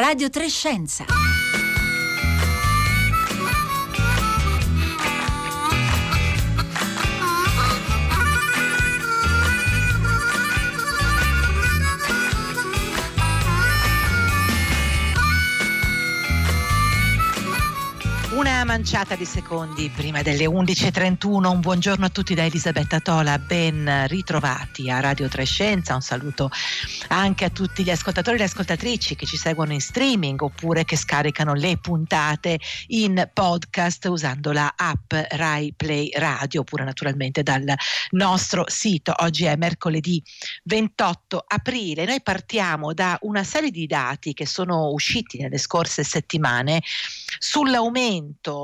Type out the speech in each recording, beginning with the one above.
Radio Trescenza. Una manciata di secondi prima delle 11.31. Un buongiorno a tutti da Elisabetta Tola, ben ritrovati a Radio Trescenza. Un saluto anche a tutti gli ascoltatori e le ascoltatrici che ci seguono in streaming oppure che scaricano le puntate in podcast usando la app Rai Play Radio, oppure naturalmente dal nostro sito. Oggi è mercoledì 28 aprile. Noi partiamo da una serie di dati che sono usciti nelle scorse settimane sull'aumento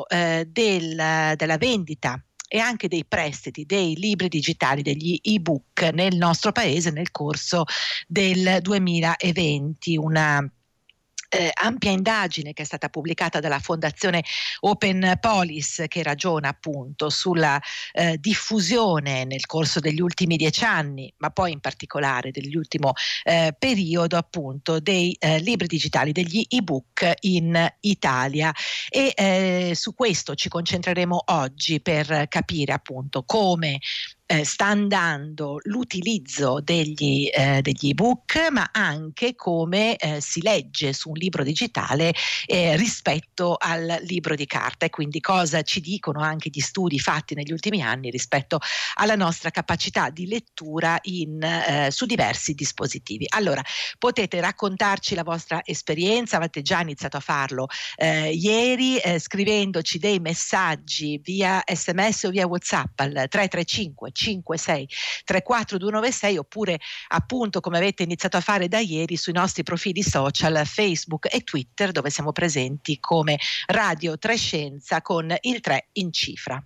della vendita e anche dei prestiti dei libri digitali, degli ebook nel nostro paese nel corso del 2020. Una ampia indagine che è stata pubblicata dalla Fondazione Open Policy, che ragiona appunto sulla diffusione nel corso degli ultimi 10 anni, ma poi in particolare dell'ultimo periodo appunto dei libri digitali, degli ebook in Italia, e su questo ci concentreremo oggi per capire appunto come sta andando l'utilizzo degli ebook, ma anche come si legge su un libro digitale rispetto al libro di carta, e quindi cosa ci dicono anche gli studi fatti negli ultimi anni rispetto alla nostra capacità di lettura su diversi dispositivi. Allora, potete raccontarci la vostra esperienza, avete già iniziato a farlo ieri, scrivendoci dei messaggi via SMS o via WhatsApp al 335 56 34 296, oppure appunto, come avete iniziato a fare da ieri, sui nostri profili social Facebook e Twitter, dove siamo presenti come Radio Trescenza con il 3 in cifra.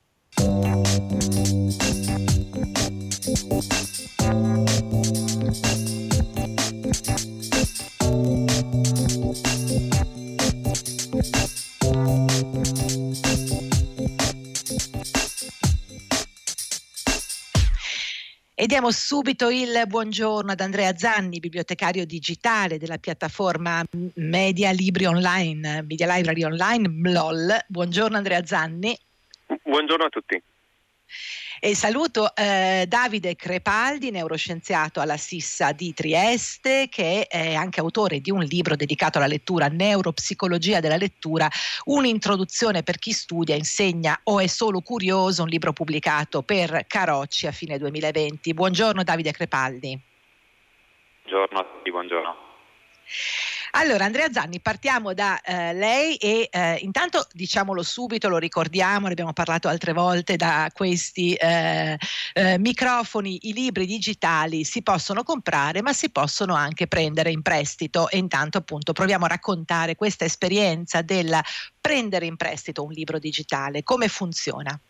E diamo subito il buongiorno ad Andrea Zanni, bibliotecario digitale della piattaforma Media Library Online, MLOL. Buongiorno Andrea Zanni. Buongiorno a tutti. E saluto Davide Crepaldi, neuroscienziato alla Sissa di Trieste, che è anche autore di un libro dedicato alla lettura, Neuropsicologia della lettura, un'introduzione per chi studia, insegna o è solo curioso, un libro pubblicato per Carocci a fine 2020. Buongiorno Davide Crepaldi. Buongiorno a tutti, buongiorno. Allora Andrea Zanni, partiamo da lei e intanto diciamolo subito, lo ricordiamo, ne abbiamo parlato altre volte da questi microfoni: i libri digitali si possono comprare ma si possono anche prendere in prestito, e intanto appunto proviamo a raccontare questa esperienza del prendere in prestito un libro digitale. Come funziona?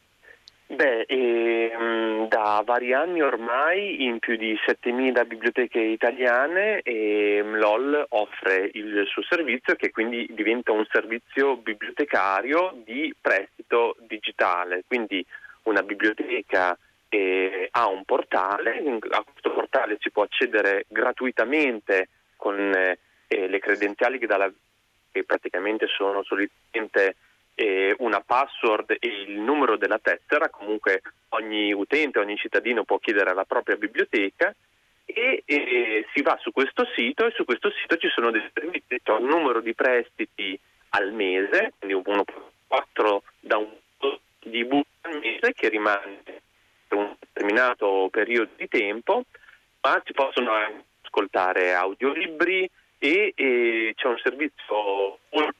Da vari anni ormai in più di 7.000 biblioteche italiane MLOL offre il suo servizio, che quindi diventa un servizio bibliotecario di prestito digitale. Quindi una biblioteca ha un portale, a questo portale si può accedere gratuitamente con le credenziali che praticamente sono solitamente una password e il numero della tessera. Comunque ogni utente, ogni cittadino può chiedere alla propria biblioteca e si va su questo sito, e su questo sito ci sono dei servizi, c'è un numero di prestiti al mese, quindi 4 da un di ebook al mese che rimane per un determinato periodo di tempo, ma si possono anche ascoltare audiolibri e c'è un servizio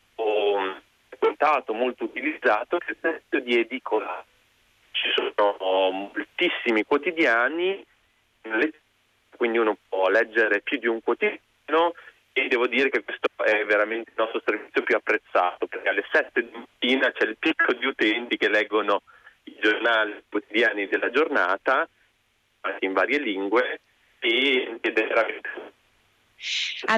molto utilizzato, che è il servizio di edicola. Ci sono moltissimi quotidiani, quindi uno può leggere più di un quotidiano, e devo dire che questo è veramente il nostro servizio più apprezzato, perché alle 7 di mattina c'è il picco di utenti che leggono i giornali quotidiani della giornata in varie lingue, ed è veramente...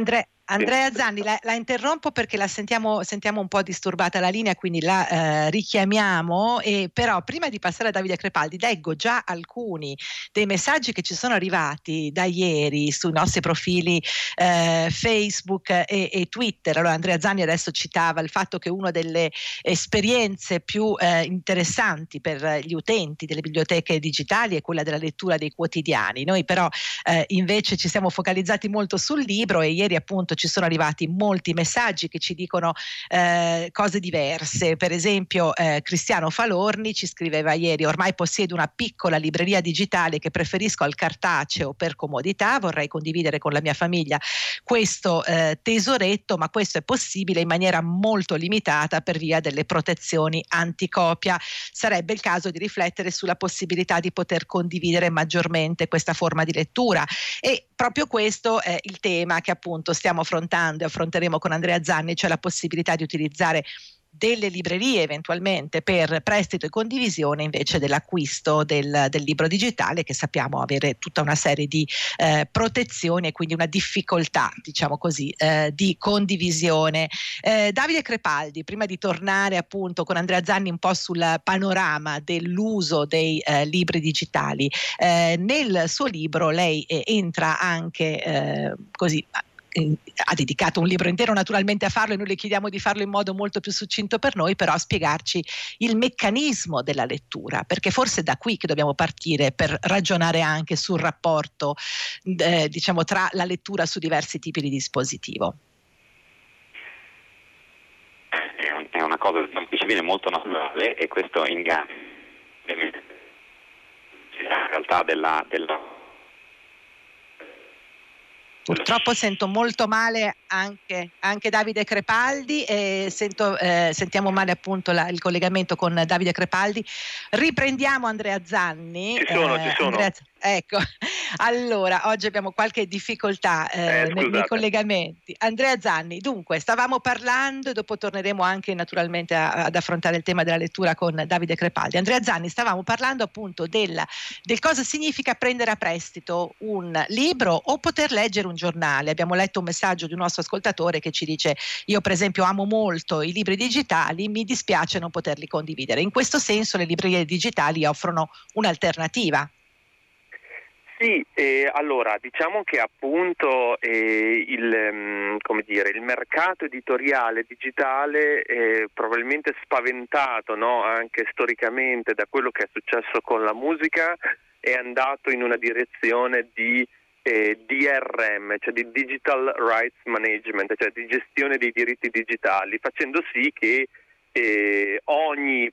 Andrea Zanni, la interrompo perché sentiamo un po' disturbata la linea, quindi la richiamiamo, però prima di passare a Davide Crepaldi leggo già alcuni dei messaggi che ci sono arrivati da ieri sui nostri profili Facebook e Twitter. Allora Andrea Zanni adesso citava il fatto che una delle esperienze più interessanti per gli utenti delle biblioteche digitali è quella della lettura dei quotidiani. Noi però invece ci siamo focalizzati molto sul libro, e ieri appunto ci sono arrivati molti messaggi che ci dicono cose diverse. Per esempio Cristiano Falorni ci scriveva ieri: ormai possiedo una piccola libreria digitale che preferisco al cartaceo per comodità, vorrei condividere con la mia famiglia questo tesoretto, ma questo è possibile in maniera molto limitata per via delle protezioni anticopia. Sarebbe il caso di riflettere sulla possibilità di poter condividere maggiormente questa forma di lettura, e proprio questo è il tema che appunto stiamo affrontando e affronteremo con Andrea Zanni, cioè la possibilità di utilizzare delle librerie eventualmente per prestito e condivisione invece dell'acquisto del libro digitale, che sappiamo avere tutta una serie di protezioni e quindi una difficoltà, diciamo così, di condivisione. Davide Crepaldi, prima di tornare appunto con Andrea Zanni un po' sul panorama dell'uso dei libri digitali, nel suo libro lei entra anche così, ha dedicato un libro intero naturalmente a farlo, e noi le chiediamo di farlo in modo molto più succinto per noi, però a spiegarci il meccanismo della lettura, perché forse è da qui che dobbiamo partire per ragionare anche sul rapporto diciamo tra la lettura su diversi tipi di dispositivo. È una cosa che ci viene molto naturale, e questo inganna in realtà della Purtroppo sento molto male anche Davide Crepaldi, e sentiamo male appunto il collegamento con Davide Crepaldi. Riprendiamo Andrea Zanni. Ci sono. Ecco, allora oggi abbiamo qualche difficoltà nei collegamenti. Andrea Zanni, dunque stavamo parlando, e dopo torneremo anche naturalmente ad affrontare il tema della lettura con Davide Crepaldi. Andrea Zanni, stavamo parlando appunto del cosa significa prendere a prestito un libro o poter leggere un giornale. Abbiamo letto un messaggio di un nostro ascoltatore che ci dice: io per esempio amo molto i libri digitali, mi dispiace non poterli condividere. In questo senso le librerie digitali offrono un'alternativa. Sì, allora diciamo che appunto il mercato editoriale digitale è probabilmente spaventato, no? Anche storicamente da quello che è successo con la musica, è andato in una direzione di DRM, cioè di Digital Rights Management, cioè di gestione dei diritti digitali, facendo sì che ogni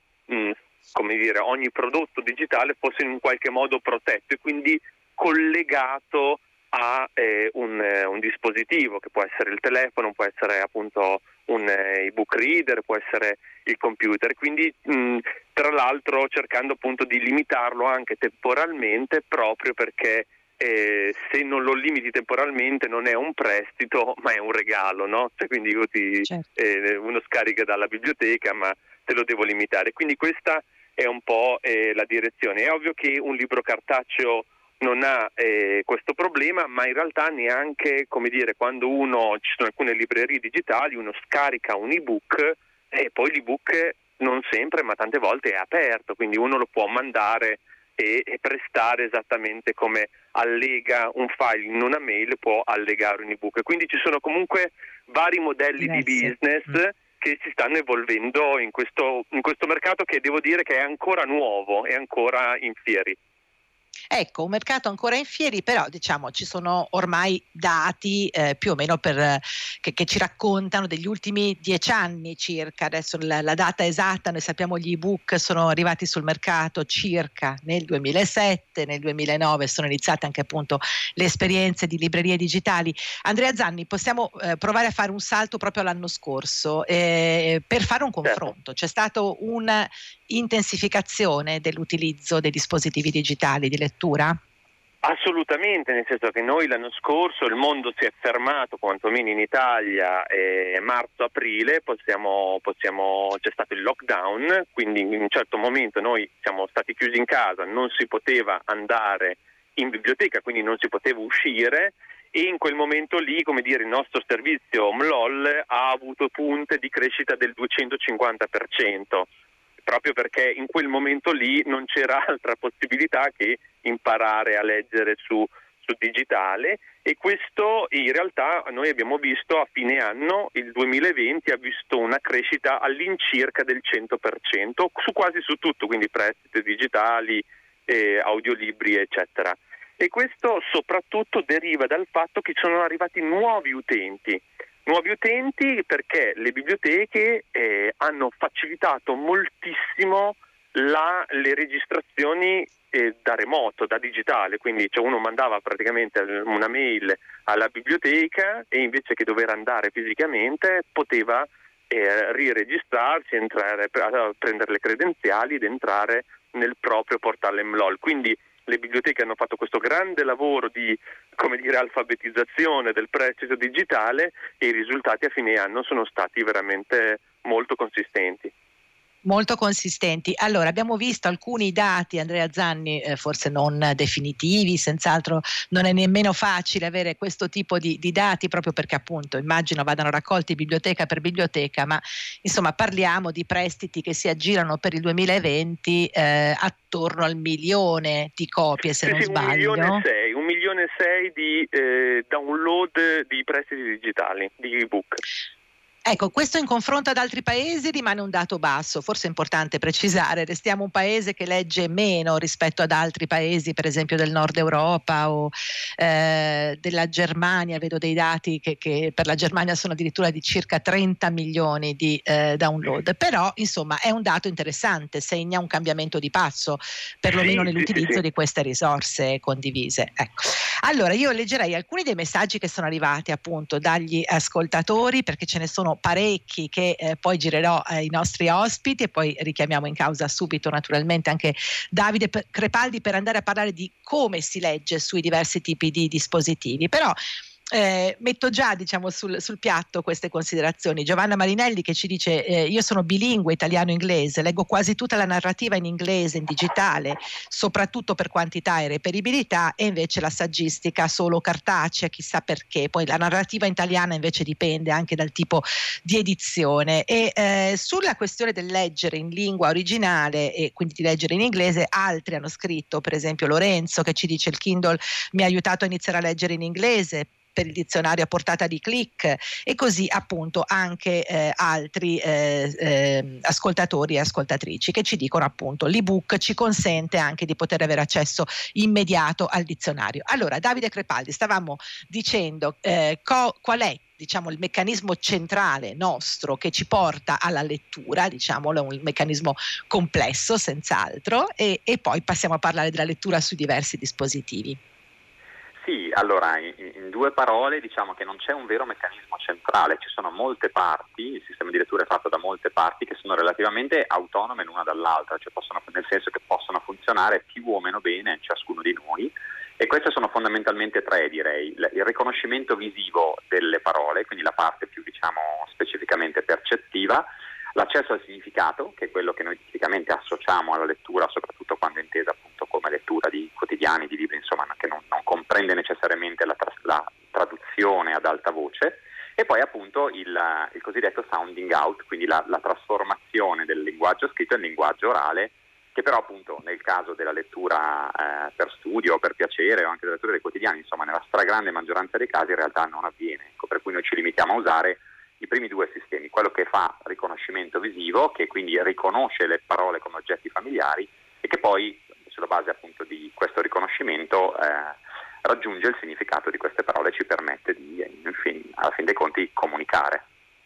prodotto digitale fosse in un qualche modo protetto e quindi collegato a un dispositivo, che può essere il telefono, può essere appunto un ebook reader, può essere il computer, quindi tra l'altro cercando appunto di limitarlo anche temporalmente, proprio perché se non lo limiti temporalmente non è un prestito ma è un regalo, no? Cioè, quindi uno scarica dalla biblioteca, ma te lo devo limitare, quindi questa è un po' la direzione. È ovvio che un libro cartaceo non ha questo problema, ma in realtà neanche, quando ci sono alcune librerie digitali, uno scarica un ebook e poi l'ebook non sempre, ma tante volte è aperto, quindi uno lo può mandare e prestare esattamente come allega un file in una mail, può allegare un ebook. Quindi ci sono comunque vari modelli di business che si stanno evolvendo in questo mercato, che devo dire che è ancora nuovo, è ancora in fieri. Ecco, un mercato ancora in fieri, però diciamo ci sono ormai dati più o meno che ci raccontano degli ultimi 10 anni circa. Adesso la data esatta, noi sappiamo gli ebook sono arrivati sul mercato circa nel 2007, nel 2009 sono iniziate anche appunto le esperienze di librerie digitali. Andrea Zanni, possiamo provare a fare un salto proprio all'anno scorso per fare un confronto. C'è stato un'intensificazione dell'utilizzo dei dispositivi digitali di lettura? Assolutamente, nel senso che noi l'anno scorso il mondo si è fermato, quantomeno in Italia, marzo-aprile, c'è stato il lockdown, quindi in un certo momento noi siamo stati chiusi in casa, non si poteva andare in biblioteca, quindi non si poteva uscire, e in quel momento lì, come dire, il nostro servizio MLOL ha avuto punte di crescita del 250%, proprio perché in quel momento lì non c'era altra possibilità che imparare a leggere su digitale, e questo in realtà noi abbiamo visto a fine anno, il 2020 ha visto una crescita all'incirca del 100% su tutto, quindi prestiti digitali, audiolibri eccetera. E questo soprattutto deriva dal fatto che sono arrivati nuovi utenti perché le biblioteche hanno facilitato moltissimo le registrazioni da remoto, da digitale, quindi uno mandava praticamente una mail alla biblioteca e invece che dover andare fisicamente poteva riregistrarsi, entrare a prendere le credenziali ed entrare nel proprio portale MLOL. Quindi le biblioteche hanno fatto questo grande lavoro di, come dire, alfabetizzazione del prestito digitale, e i risultati a fine anno sono stati veramente molto consistenti. Molto consistenti. Allora, abbiamo visto alcuni dati, Andrea Zanni, forse non definitivi, senz'altro non è nemmeno facile avere questo tipo di dati, proprio perché appunto immagino vadano raccolti biblioteca per biblioteca, ma insomma parliamo di prestiti che si aggirano per il 2020 attorno al 1 milione di copie, se non sbaglio. 1,6 milioni di download di prestiti digitali, di ebook. Ecco, questo in confronto ad altri paesi rimane un dato basso, forse è importante precisare, restiamo un paese che legge meno rispetto ad altri paesi, per esempio del nord Europa o della Germania. Vedo dei dati che per la Germania sono addirittura di circa 30 milioni di download, però insomma è un dato interessante, segna un cambiamento di passo, perlomeno nell'utilizzo di queste risorse condivise. Ecco. Allora io leggerei alcuni dei messaggi che sono arrivati appunto dagli ascoltatori, perché ce ne sono parecchi che poi girerò ai nostri ospiti, e poi richiamiamo in causa subito naturalmente anche Davide Crepaldi per andare a parlare di come si legge sui diversi tipi di dispositivi. Però metto già sul piatto queste considerazioni. Giovanna Marinelli che ci dice io sono bilingue italiano-inglese, leggo quasi tutta la narrativa in inglese, in digitale, soprattutto per quantità e reperibilità, e invece la saggistica solo cartacea, chissà perché. Poi la narrativa italiana invece dipende anche dal tipo di edizione. E sulla questione del leggere in lingua originale e quindi di leggere in inglese, altri hanno scritto, per esempio Lorenzo che ci dice il Kindle mi ha aiutato a iniziare a leggere in inglese per il dizionario a portata di click, e così appunto anche altri ascoltatori e ascoltatrici che ci dicono appunto l'ebook ci consente anche di poter avere accesso immediato al dizionario. Allora Davide Crepaldi, stavamo dicendo qual è il meccanismo centrale nostro che ci porta alla lettura, diciamolo, è un meccanismo complesso senz'altro, e poi passiamo a parlare della lettura sui diversi dispositivi. Sì, allora in due parole diciamo che non c'è un vero meccanismo centrale, ci sono molte parti, il sistema di lettura è fatto da molte parti che sono relativamente autonome l'una dall'altra, cioè nel senso che possono funzionare più o meno bene ciascuno di noi, e queste sono fondamentalmente tre, direi: il riconoscimento visivo delle parole, quindi la parte più specificamente percettiva, l'accesso al significato, che è quello che noi tipicamente associamo alla lettura, soprattutto quando è intesa appunto come lettura di quotidiani, di libri, insomma, che non comprende necessariamente la traduzione ad alta voce, e poi appunto il cosiddetto sounding out, quindi la trasformazione del linguaggio scritto in linguaggio orale, che però appunto nel caso della lettura per studio o per piacere, o anche della lettura dei quotidiani, insomma nella stragrande maggioranza dei casi in realtà non avviene, ecco, per cui noi ci limitiamo a usare i primi due sistemi, quello che fa riconoscimento visivo, che quindi riconosce le parole come oggetti familiari, e che poi sulla base appunto di questo riconoscimento raggiunge il significato di queste parole e ci permette di, alla fin dei conti, comunicare.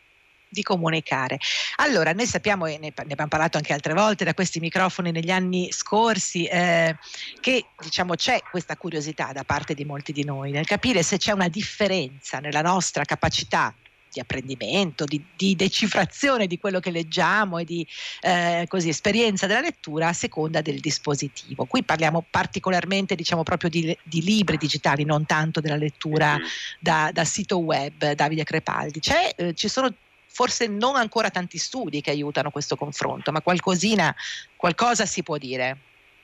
Allora, noi sappiamo, e ne abbiamo parlato anche altre volte da questi microfoni negli anni scorsi, che c'è questa curiosità da parte di molti di noi nel capire se c'è una differenza nella nostra capacità di apprendimento, di decifrazione di quello che leggiamo e di esperienza della lettura a seconda del dispositivo. Qui parliamo particolarmente proprio di libri digitali, non tanto della lettura da sito web. Davide Crepaldi, ci sono forse non ancora tanti studi che aiutano questo confronto, ma qualcosa si può dire?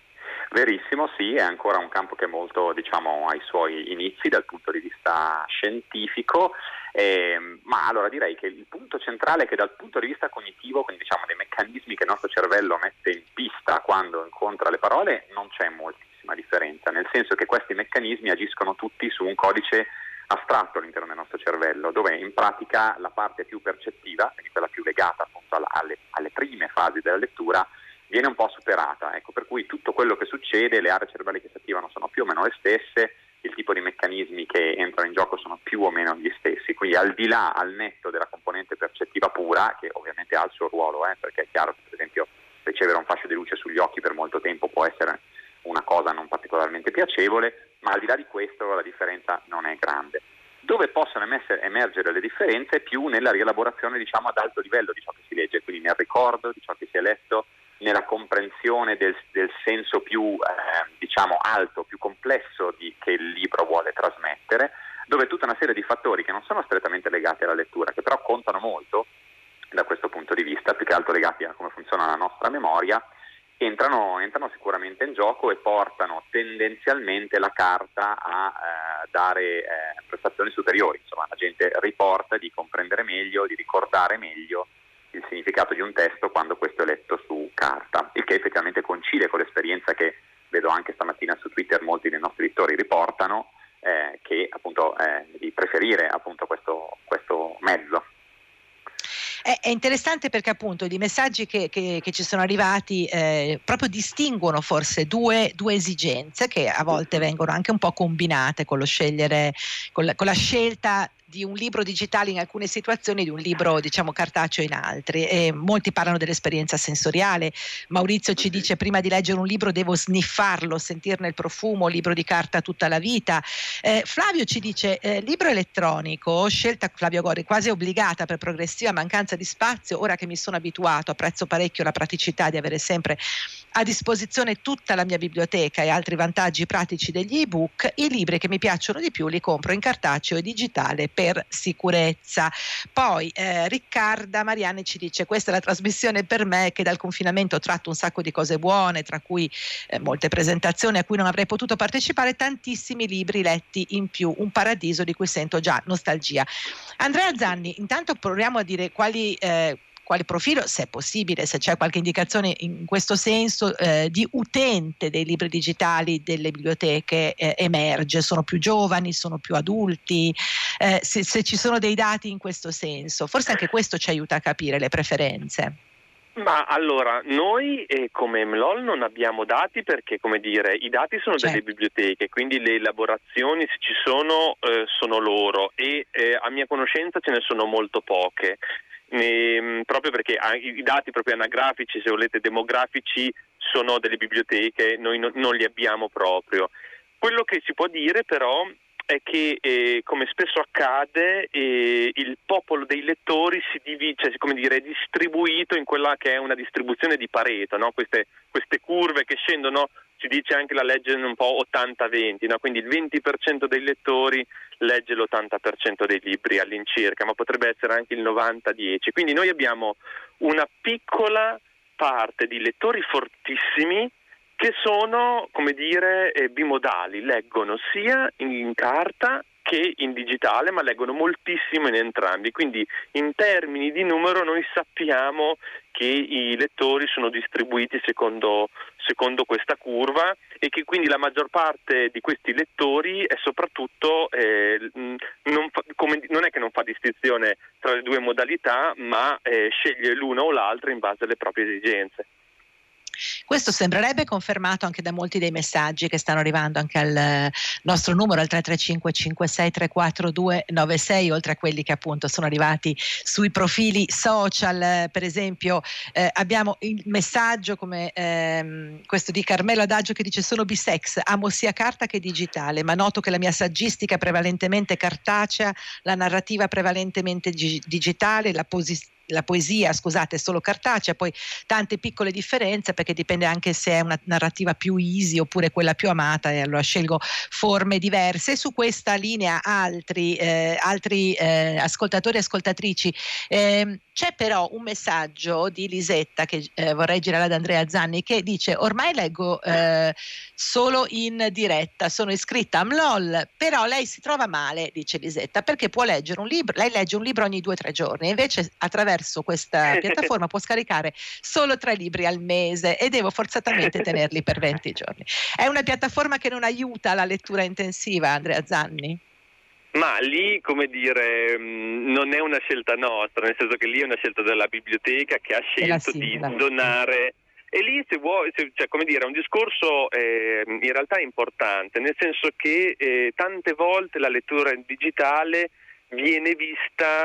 Verissimo, sì, è ancora un campo che è molto, diciamo, ai suoi inizi dal punto di vista scientifico, ma allora direi che il punto centrale è che dal punto di vista cognitivo, quindi diciamo dei meccanismi che il nostro cervello mette in pista quando incontra le parole, non c'è moltissima differenza, nel senso che questi meccanismi agiscono tutti su un codice astratto all'interno del nostro cervello, dove in pratica la parte più percettiva, quindi quella più legata appunto alle prime fasi della lettura, viene un po' superata, ecco, per cui tutto quello che succede, le aree cerebrali che si attivano sono più o meno le stesse, il tipo di meccanismi che entrano in gioco sono più o meno gli stessi, quindi al di là, al netto della componente percettiva pura, che ovviamente ha il suo ruolo, perché è chiaro che per esempio ricevere un fascio di luce sugli occhi per molto tempo può essere una cosa non particolarmente piacevole, ma al di là di questo la differenza non è grande. Dove possono emergere le differenze più nella rielaborazione, diciamo, ad alto livello di ciò che si legge, quindi nel ricordo di ciò che si è letto, nella comprensione del senso più diciamo alto, più complesso che il libro vuole trasmettere, dove tutta una serie di fattori che non sono strettamente legati alla lettura, che però contano molto da questo punto di vista, più che altro legati a come funziona la nostra memoria, entrano sicuramente in gioco e portano tendenzialmente la carta a dare prestazioni superiori. Insomma, la gente riporta di comprendere meglio, di ricordare meglio il significato di un testo quando questo è letto su carta, il che effettivamente coincide con l'esperienza che vedo anche stamattina su Twitter molti dei nostri lettori riportano, che appunto di preferire appunto questo mezzo. È interessante perché appunto i messaggi che ci sono arrivati proprio distinguono forse due esigenze che a volte vengono anche un po' combinate con lo scegliere, con la scelta di un libro digitale in alcune situazioni, di un libro diciamo cartaceo in altri, e molti parlano dell'esperienza sensoriale. Maurizio ci dice: prima di leggere un libro devo sniffarlo, sentirne il profumo, libro di carta tutta la vita. Flavio ci dice libro elettronico, scelta Flavio Gori quasi obbligata per progressiva mancanza di spazio, ora che mi sono abituato, apprezzo parecchio la praticità di avere sempre a disposizione tutta la mia biblioteca e altri vantaggi pratici degli ebook. I libri che mi piacciono di più li compro in cartaceo e digitale per sicurezza. Poi Riccarda Mariani ci dice: questa è la trasmissione per me, che dal confinamento ho tratto un sacco di cose buone, tra cui molte presentazioni a cui non avrei potuto partecipare, tantissimi libri letti in più, un paradiso di cui sento già nostalgia. Andrea Zanni, intanto proviamo a dire quale profilo, se è possibile, se c'è qualche indicazione in questo senso, di utente dei libri digitali delle biblioteche emerge. Sono più giovani, sono più adulti, se ci sono dei dati in questo senso, forse anche questo ci aiuta a capire le preferenze. Ma allora, noi come MLOL non abbiamo dati perché, come dire, i dati sono delle biblioteche, quindi le elaborazioni, se ci sono, sono loro, e a mia conoscenza ce ne sono molto poche. Proprio perché i dati proprio anagrafici, se volete demografici, sono delle biblioteche, noi non li abbiamo proprio. Quello che si può dire però è che, come spesso accade, il popolo dei lettori si divide, come dire, è distribuito in quella che è una distribuzione di Pareto, no? Queste curve che scendono, si dice anche la legge un po' 80-20, no? Quindi il 20% dei lettori legge l'80% dei libri all'incirca, ma potrebbe essere anche il 90-10. Quindi noi abbiamo una piccola parte di lettori fortissimi che sono, come dire, bimodali, leggono sia in carta che in digitale, ma leggono moltissimo in entrambi. Quindi in termini di numero noi sappiamo che i lettori sono distribuiti secondo questa curva, e che quindi la maggior parte di questi lettori è soprattutto non è che non fa distinzione tra le due modalità, ma sceglie l'una o l'altra in base alle proprie esigenze. Questo sembrerebbe confermato anche da molti dei messaggi che stanno arrivando anche al nostro numero, al 335 56 34 296, oltre a quelli che appunto sono arrivati sui profili social. Per esempio abbiamo il messaggio come questo di Carmelo Adagio che dice: sono bisex, amo sia carta che digitale, ma noto che la mia saggistica è prevalentemente cartacea, la narrativa prevalentemente digitale, la la poesia, scusate, è solo cartacea, poi tante piccole differenze perché dipende anche se è una narrativa più easy oppure quella più amata, e allora scelgo forme diverse. Su questa linea altri ascoltatori e ascoltatrici. C'è però un messaggio di Lisetta che vorrei girare ad Andrea Zanni, che dice: ormai leggo solo in diretta, sono iscritta a MLOL, però lei si trova male, dice Lisetta, perché può leggere un libro, lei legge un libro ogni 2 o 3 giorni, e invece attraverso questa piattaforma può scaricare solo 3 libri al mese e devo forzatamente tenerli per 20 giorni. È una piattaforma che non aiuta la lettura intensiva, Andrea Zanni? Ma lì, come dire, non è una scelta nostra, nel senso che lì è una scelta della biblioteca che ha scelto di donare. E lì, se vuoi, cioè, come dire, è un discorso in realtà importante, nel senso che tante volte la lettura digitale viene vista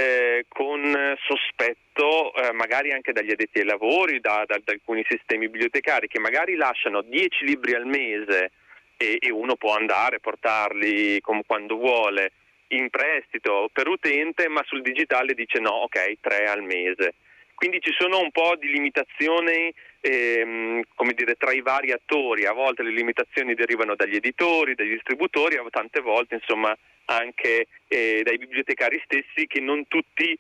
con sospetto, magari anche dagli addetti ai lavori, da alcuni sistemi bibliotecari che magari lasciano 10 libri al mese e uno può andare a portarli quando vuole in prestito per utente, ma sul digitale dice no, ok, 3 al mese. Quindi ci sono un po' di limitazioni come dire, tra i vari attori. A volte le limitazioni derivano dagli editori, dagli distributori, a tante volte insomma anche dai bibliotecari stessi, che non tutti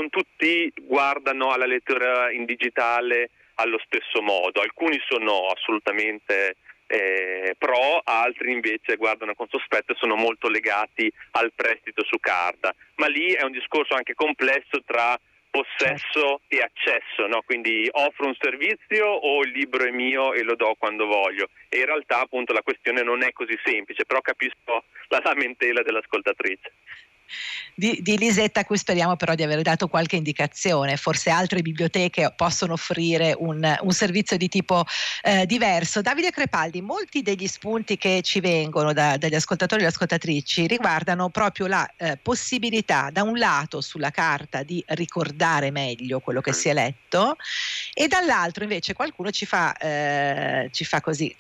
guardano alla lettura in digitale allo stesso modo. Alcuni sono assolutamente pro, altri invece guardano con sospetto e sono molto legati al prestito su carta. Ma lì è un discorso anche complesso tra possesso e accesso, no? Quindi offro un servizio o il libro è mio e lo do quando voglio. E in realtà appunto la questione non è così semplice, però capisco la lamentela dell'ascoltatrice. Di Lisetta, a cui speriamo però di aver dato qualche indicazione. Forse altre biblioteche possono offrire un servizio di tipo diverso. Davide Crepaldi, molti degli spunti che ci vengono dagli ascoltatori e le ascoltatrici riguardano proprio la possibilità, da un lato sulla carta, di ricordare meglio quello che si è letto, e dall'altro invece qualcuno ci fa così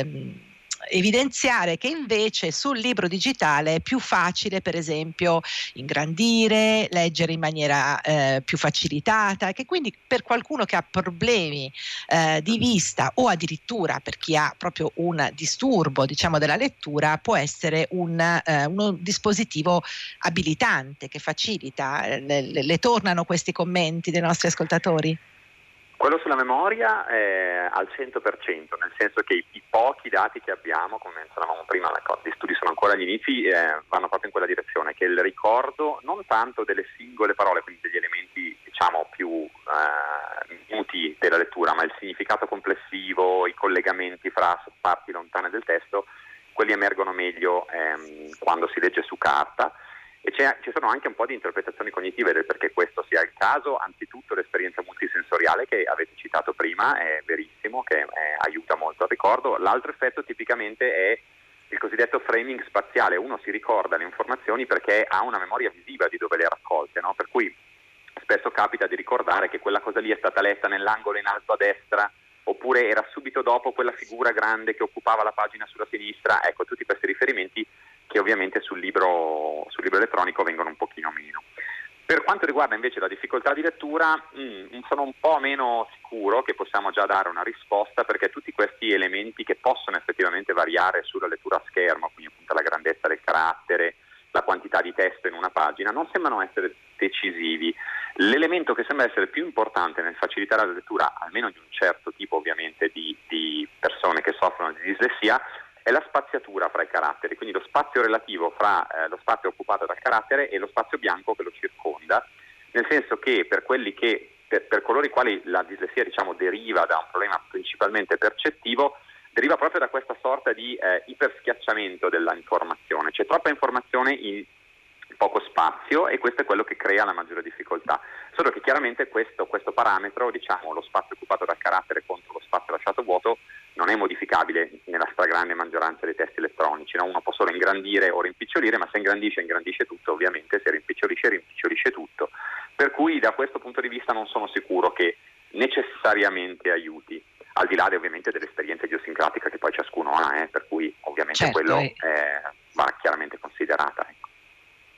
evidenziare che invece sul libro digitale è più facile, per esempio, ingrandire, leggere in maniera più facilitata, che quindi per qualcuno che ha problemi di vista, o addirittura per chi ha proprio un disturbo, diciamo, della lettura, può essere uno dispositivo abilitante che facilita. Le tornano questi commenti dei nostri ascoltatori? Quello sulla memoria è al 100%, nel senso che i pochi dati che abbiamo, come menzionavamo prima, gli studi sono ancora agli inizi, vanno proprio in quella direzione, che il ricordo non tanto delle singole parole, quindi degli elementi diciamo più minuti della lettura, ma il significato complessivo, i collegamenti fra parti lontane del testo, quelli emergono meglio quando si legge su carta. E ci sono anche un po' di interpretazioni cognitive del perché questo sia il caso. Anzitutto l'esperienza multisensoriale che avete citato prima è verissimo, che aiuta molto al ricordo. L'altro effetto tipicamente è il cosiddetto framing spaziale. Uno si ricorda le informazioni perché ha una memoria visiva di dove le ha raccolte, no? Per cui spesso capita di ricordare che quella cosa lì è stata letta nell'angolo in alto a destra, oppure era subito dopo quella figura grande che occupava la pagina sulla sinistra. Ecco, tutti questi riferimenti che ovviamente sul libro elettronico vengono un pochino meno. Per quanto riguarda invece la difficoltà di lettura, sono un po' meno sicuro che possiamo già dare una risposta, perché tutti questi elementi che possono effettivamente variare sulla lettura a schermo, quindi appunto la grandezza del carattere, la quantità di testo in una pagina, non sembrano essere decisivi. L'elemento che sembra essere più importante nel facilitare la lettura, almeno di un certo tipo ovviamente di persone che soffrono di dislessia, è la spaziatura fra i caratteri, quindi lo spazio relativo fra lo spazio occupato dal carattere e lo spazio bianco che lo circonda, nel senso che per coloro i quali la dislessia diciamo deriva da un problema principalmente percettivo, deriva proprio da questa sorta di iperschiacciamento della informazione. C'è troppa informazione in poco spazio e questo è quello che crea la maggiore difficoltà. Solo che chiaramente questo parametro, diciamo lo spazio occupato dal carattere contro lo spazio lasciato vuoto, non è modificabile nella stragrande maggioranza dei testi elettronici, no? Uno può solo ingrandire o rimpicciolire, ma se ingrandisce tutto, ovviamente, se rimpicciolisce tutto. Per cui da questo punto di vista non sono sicuro che necessariamente aiuti, al di là ovviamente dell'esperienza idiosincratica che poi ciascuno ha, per cui ovviamente quello va chiaramente considerata. Ecco.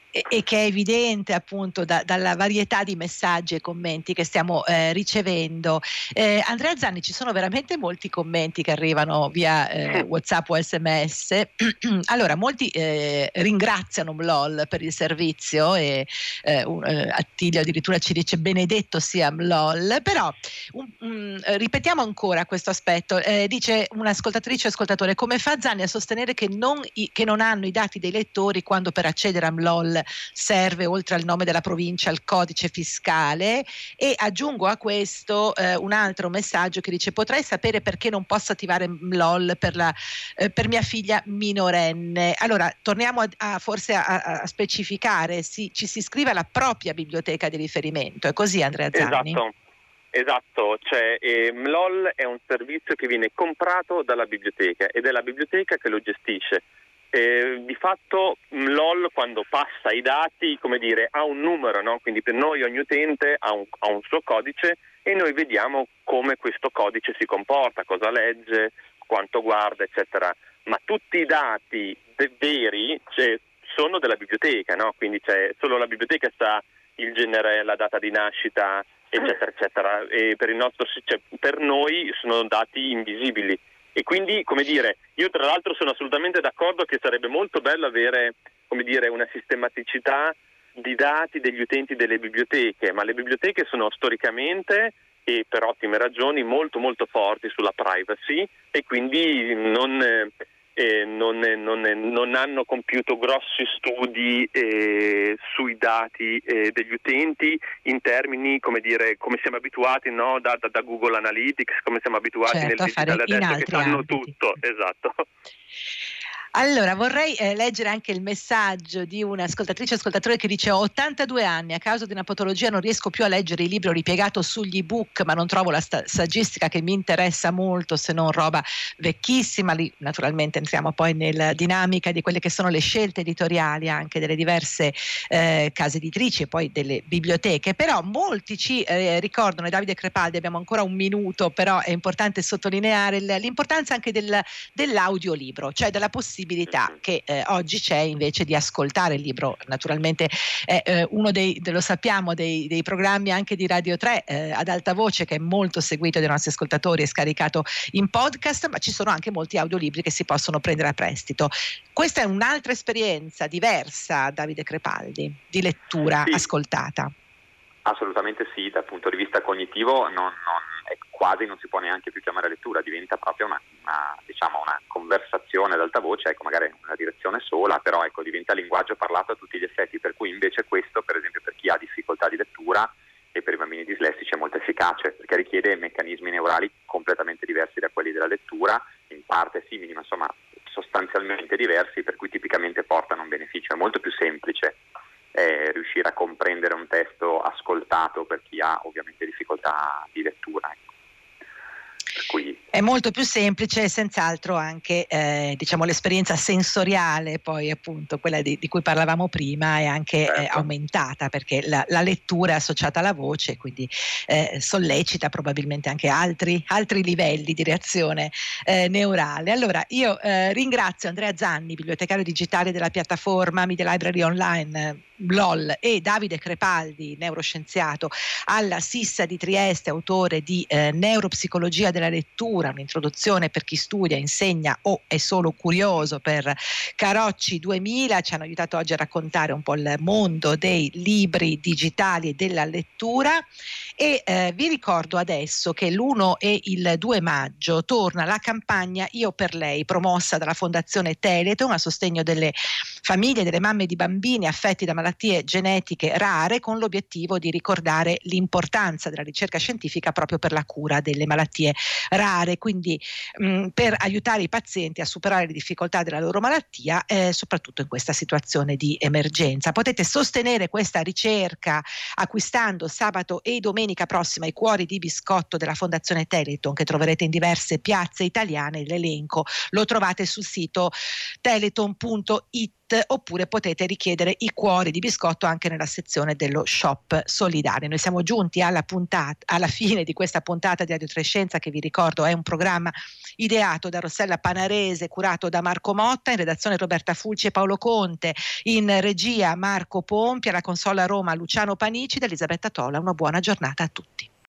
e che è evidente appunto dalla varietà di messaggi e commenti che stiamo ricevendo. Andrea Zanni, ci sono veramente molti commenti che arrivano via WhatsApp o SMS. Allora, molti ringraziano MLOL per il servizio e Attilio addirittura ci dice benedetto sia MLOL, però ripetiamo ancora questo aspetto. Dice un'ascoltatrice o ascoltatore: come fa Zanni a sostenere che non hanno i dati dei lettori quando per accedere a MLOL serve oltre al nome della provincia il codice fiscale? E aggiungo a questo un altro messaggio che dice: potrei sapere perché non posso attivare MLOL per mia figlia minorenne? Allora torniamo forse a specificare, ci si iscrive alla propria biblioteca di riferimento, è così, Andrea Zanni? Esatto, cioè MLOL è un servizio che viene comprato dalla biblioteca ed è la biblioteca che lo gestisce. Di fatto MLOL, quando passa i dati, come dire, ha un numero, no? Quindi per noi ogni utente ha un suo codice e noi vediamo come questo codice si comporta, cosa legge, quanto guarda, eccetera. Ma tutti i dati veri sono della biblioteca, no? Quindi solo la biblioteca sa il genere, la data di nascita, eccetera, eccetera. E per noi sono dati invisibili. E quindi, come dire, io tra l'altro sono assolutamente d'accordo che sarebbe molto bello avere, come dire, una sistematicità di dati degli utenti delle biblioteche, ma le biblioteche sono storicamente e per ottime ragioni molto molto forti sulla privacy e quindi non hanno compiuto grossi studi sui dati degli utenti in termini, come dire, come siamo abituati, no? da Google Analytics, come siamo abituati nel digitale adesso che sanno tutto. Esatto. Allora, vorrei leggere anche il messaggio di un'ascoltatrice o ascoltatore che dice: ho 82 anni, a causa di una patologia non riesco più a leggere il libro ripiegato sugli ebook, ma non trovo la saggistica che mi interessa molto, se non roba vecchissima. Lì naturalmente entriamo poi nella dinamica di quelle che sono le scelte editoriali anche delle diverse case editrici e poi delle biblioteche, però molti ci ricordano, e Davide Crepaldi, abbiamo ancora un minuto, però è importante sottolineare l'importanza anche dell'audiolibro, cioè della possibilità che oggi c'è invece di ascoltare il libro. Naturalmente è uno lo sappiamo, dei programmi anche di Radio 3 ad alta voce, che è molto seguito dai nostri ascoltatori e scaricato in podcast, ma ci sono anche molti audiolibri che si possono prendere a prestito. Questa è un'altra esperienza diversa, Davide Crepaldi, di lettura ascoltata. Assolutamente sì, dal punto di vista cognitivo quasi non si può neanche più chiamare lettura, diventa proprio una conversazione ad alta voce, magari in una direzione sola, però diventa linguaggio parlato a tutti gli effetti, per cui invece questo, per esempio, per chi ha difficoltà di lettura e per i bambini dislessici è molto efficace, perché richiede meccanismi neurali completamente diversi da quelli della lettura, in parte simili, ma insomma sostanzialmente diversi, per cui tipicamente portano un beneficio. È molto più semplice riuscire a comprendere un testo ascoltato per chi ha ovviamente difficoltà di lettura. Per cui è molto più semplice e senz'altro anche l'esperienza sensoriale, poi appunto quella di cui parlavamo prima, è anche aumentata, perché la lettura è associata alla voce, quindi sollecita probabilmente anche altri livelli di reazione neurale. Allora io ringrazio Andrea Zanni, bibliotecario digitale della piattaforma Media Library Online MLOL, e Davide Crepaldi, neuroscienziato alla SISSA di Trieste, autore di Neuropsicologia della lettura, un'introduzione per chi studia, insegna o è solo curioso, per Carocci 2000. Ci hanno aiutato oggi a raccontare un po' il mondo dei libri digitali e della lettura, e vi ricordo adesso che l'1 e il 2 maggio torna la campagna Io per lei, promossa dalla Fondazione Teleton a sostegno delle famiglie, delle mamme di bambini affetti da malattie genetiche rare, con l'obiettivo di ricordare l'importanza della ricerca scientifica proprio per la cura delle malattie rare, quindi per aiutare i pazienti a superare le difficoltà della loro malattia, soprattutto in questa situazione di emergenza. Potete sostenere questa ricerca acquistando sabato e domenica prossima i cuori di biscotto della Fondazione Teleton, che troverete in diverse piazze italiane. L'elenco lo trovate sul sito teleton.it. kit, oppure potete richiedere i cuori di biscotto anche nella sezione dello shop solidario. Noi siamo giunti alla fine di questa puntata di Radio Trescenza, che vi ricordo è un programma ideato da Rossella Panarese, curato da Marco Motta, in redazione Roberta Fulci e Paolo Conte, in regia Marco Pompi, alla console a Roma Luciano Panicci, da Elisabetta Tola. Una buona giornata a tutti.